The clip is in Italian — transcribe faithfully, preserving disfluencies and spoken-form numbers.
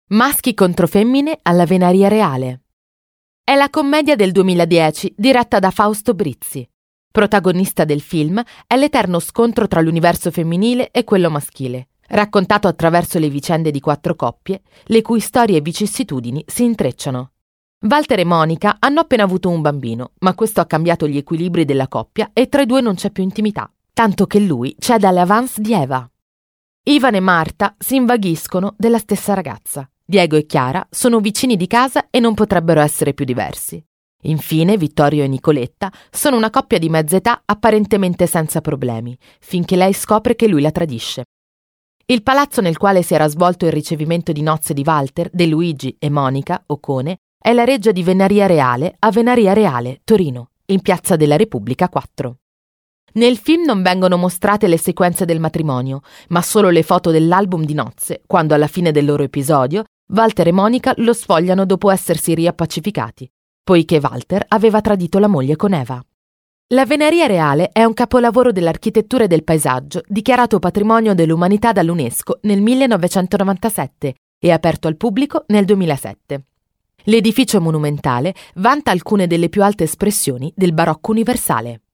Maschi contro femmine alla Venaria Reale. È la commedia del duemiladieci diretta da Fausto Brizzi. Protagonista del film è l'eterno scontro tra l'universo femminile e quello maschile, raccontato attraverso le vicende di quattro coppie, le cui storie e vicissitudini si intrecciano. Walter e Monica hanno appena avuto un bambino, ma questo ha cambiato gli equilibri della coppia e tra i due non c'è più intimità, tanto che lui cede alle avance di Eva. Ivan e Marta si invaghiscono della stessa ragazza. Diego e Chiara sono vicini di casa e non potrebbero essere più diversi. Infine, Vittorio e Nicoletta sono una coppia di mezza età apparentemente senza problemi, finché lei scopre che lui la tradisce. Il palazzo nel quale si era svolto il ricevimento di nozze di Walter, De Luigi e Monica Ocone è la reggia di Venaria Reale a Venaria Reale, Torino, in Piazza della Repubblica quattro. Nel film non vengono mostrate le sequenze del matrimonio, ma solo le foto dell'album di nozze, quando alla fine del loro episodio Walter e Monica lo sfogliano dopo essersi riappacificati, poiché Walter aveva tradito la moglie con Eva. La Venaria Reale è un capolavoro dell'architettura e del paesaggio dichiarato patrimonio dell'umanità dall'UNESCO nel millenovecentonovantasette e aperto al pubblico nel duemilasette. L'edificio monumentale vanta alcune delle più alte espressioni del barocco universale.